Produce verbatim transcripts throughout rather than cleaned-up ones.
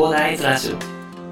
コーダーイズラジオ。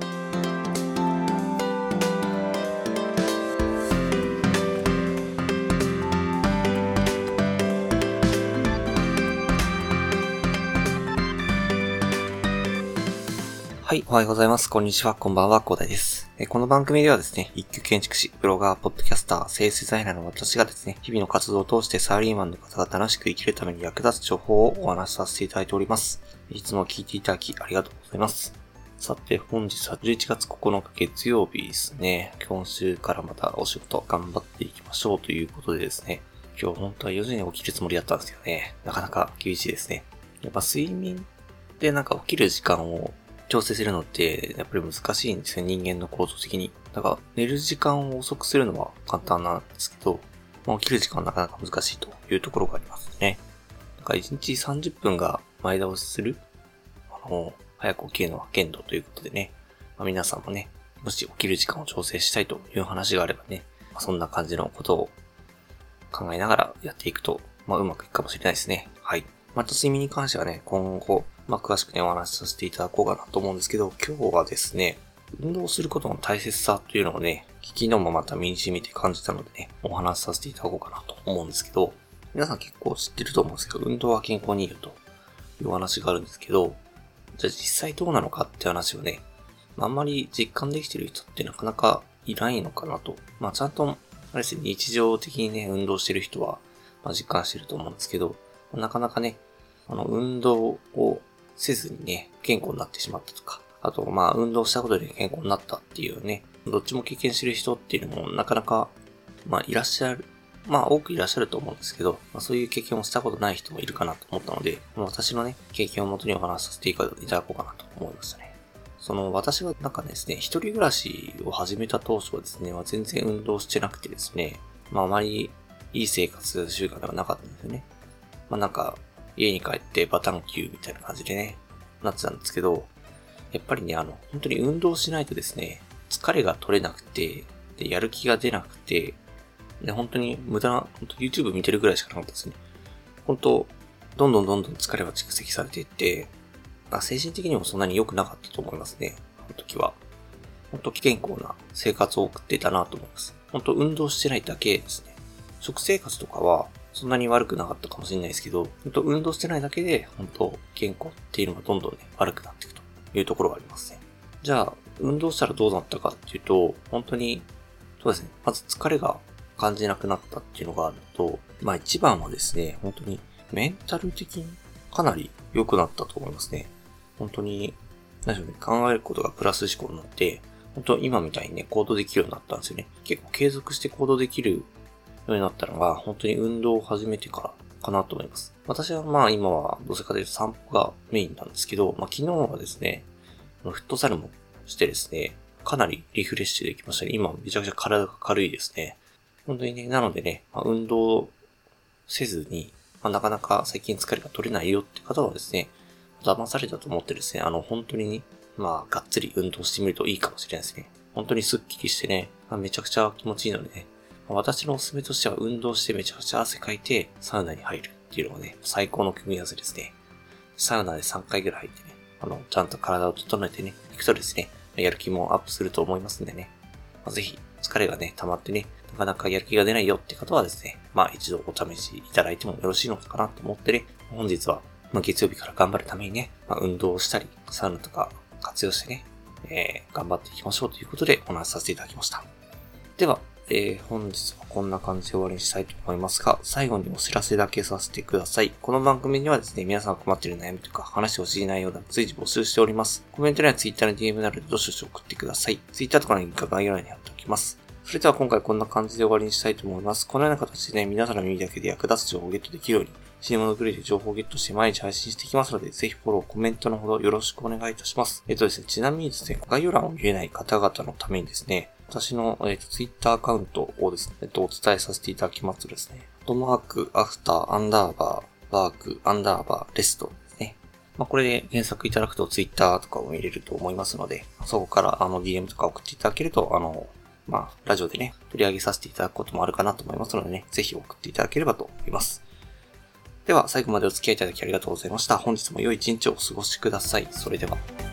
はい、おはようございます。こんにちは、こんばんは、コーダイです。この番組ではですね、一級建築士、ブロガー、ポッドキャスター、セールスデザイナーの私がですね、日々の活動を通してサラリーマンの方が楽しく生きるために役立つ情報をお話しさせていただいております。いつも聞いていただきありがとうございます。さて、本日はじゅういちがつここのか月曜日ですね。今週からまたお仕事頑張っていきましょうということでですね、今日本当はよじに起きるつもりだったんですけどね、なかなか厳しいですね。やっぱ睡眠でなんか起きる時間を調整するのってやっぱり難しいんですよ、人間の構造的に。だから寝る時間を遅くするのは簡単なんですけど、まあ、起きる時間はなかなか難しいというところがありますね。だからいちにちさんじゅっぷんが前倒しする、あの、早く起きるのは限度ということでね、まあ、皆さんもね、もし起きる時間を調整したいという話があればね、まあ、そんな感じのことを考えながらやっていくと、まあ、うまくいくかもしれないですね。はい。また睡眠に関してはね、今後、まあ、詳しくね、お話しさせていただこうかなと思うんですけど、今日はですね、運動することの大切さというのをね、昨日もまた身に染みて感じたのでね、お話しさせていただこうかなと思うんですけど、皆さん結構知ってると思うんですけど、運動は健康にいいよというお話があるんですけど、じゃあ実際どうなのかって話をね、あんまり実感できてる人ってなかなかいないのかなと。まあちゃんと、あれですね、日常的にね、運動してる人は、まあ、実感してると思うんですけど、なかなかね、あの、運動をせずにね、不健康になってしまったとか、あと、まあ、運動したことで健康になったっていうね、どっちも経験してる人っていうのもなかなか、まあ、いらっしゃる、まあ、多くいらっしゃると思うんですけど、まあ、そういう経験をしたことない人もいるかなと思ったので、私のね、経験をもとにお話しさせていただこうかなと思いましたね。その、私はなんかですね、一人暮らしを始めた当初はですね、まあ、全然運動してなくてですね、まあ、あまりいい生活習慣ではなかったんですよね。まあ、なんか、家に帰ってバタンキューみたいな感じでね、なってたんですけど、やっぱりね、あの、本当に運動しないとですね、疲れが取れなくて、で、やる気が出なくて、で、本当に無駄な、本当 YouTube 見てるぐらいしかなかったですね。本当、どんどんどんどん疲れは蓄積されていって、あ、精神的にもそんなに良くなかったと思いますね。あの時は。本当、不健康な生活を送っていたなと思います。本当、運動してないだけですね。食生活とかは、そんなに悪くなかったかもしれないですけど、本当運動してないだけで、本当健康っていうのがどんどんね、悪くなっていくというところがありますね。じゃあ、運動したらどうなったかっていうと、本当に、そうですね、まず疲れが感じなくなったっていうのがあると、まあ一番はですね、本当にメンタル的にかなり良くなったと思いますね。本当に、何でしょうね、考えることがプラス思考になって、本当今みたいにね、行動できるようになったんですよね。結構継続して行動できるようになったのが、本当に運動を始めてからかなと思います。私はまあ今はどうせかというと散歩がメインなんですけど、まあ昨日はですね、フットサルもしてですね、かなりリフレッシュできましたね。今めちゃくちゃ体が軽いですね。本当にね、なのでね、まあ、運動せずに、まあ、なかなか最近疲れが取れないよって方はですね、騙されたと思ってですね、あの本当にね、まあがっつり運動してみるといいかもしれないですね。本当にスッキリしてね、まあ、めちゃくちゃ気持ちいいのでね、私のおすすめとしては運動してめちゃくちゃ汗かいてサウナに入るっていうのがね、最高の組み合わせですね。サウナでさんかいぐらい入ってね、あの、ちゃんと体を整えてね、行くとですね、やる気もアップすると思いますんでね。まあ、ぜひ、疲れがね、溜まってね、なかなかやる気が出ないよって方はですね、まあ一度お試しいただいてもよろしいのかなと思ってね、本日は、まあ、月曜日から頑張るためにね、まあ、運動をしたり、サウナとか活用してね、えー、頑張っていきましょうということでお話しさせていただきました。では、えー、本日はこんな感じで終わりにしたいと思いますが、最後にお知らせだけさせてください。この番組にはですね、皆さん困っている悩みとか話してほしい内容など随時募集しております。コメント欄や Twitter の ディーエム などでどしどし送ってください。Twitter とかのリンクは概要欄に貼っておきます。それでは今回こんな感じで終わりにしたいと思います。このような形でね、皆さんの耳だけで役立つ情報をゲットできるように、シーエム のグレーで情報をゲットして毎日配信していきますので、ぜひフォロー、コメントのほどよろしくお願いいたします。えっとですね、ちなみにですね、概要欄を見れない方々のためにですね、私の、えっと、Twitter アカウントをですね、えっと、お伝えさせていただきますとですね、アットマーク、アフター、アンダーバー、ワーク、アンダーバー、レストですね。まあ、これで検索いただくと Twitter とかを見れると思いますので、そこからあの ディーエム とか送っていただけると、あの、まあ、ラジオでね、取り上げさせていただくこともあるかなと思いますのでね、ぜひ送っていただければと思います。では、最後までお付き合いいただきありがとうございました。本日も良い一日をお過ごしください。それでは。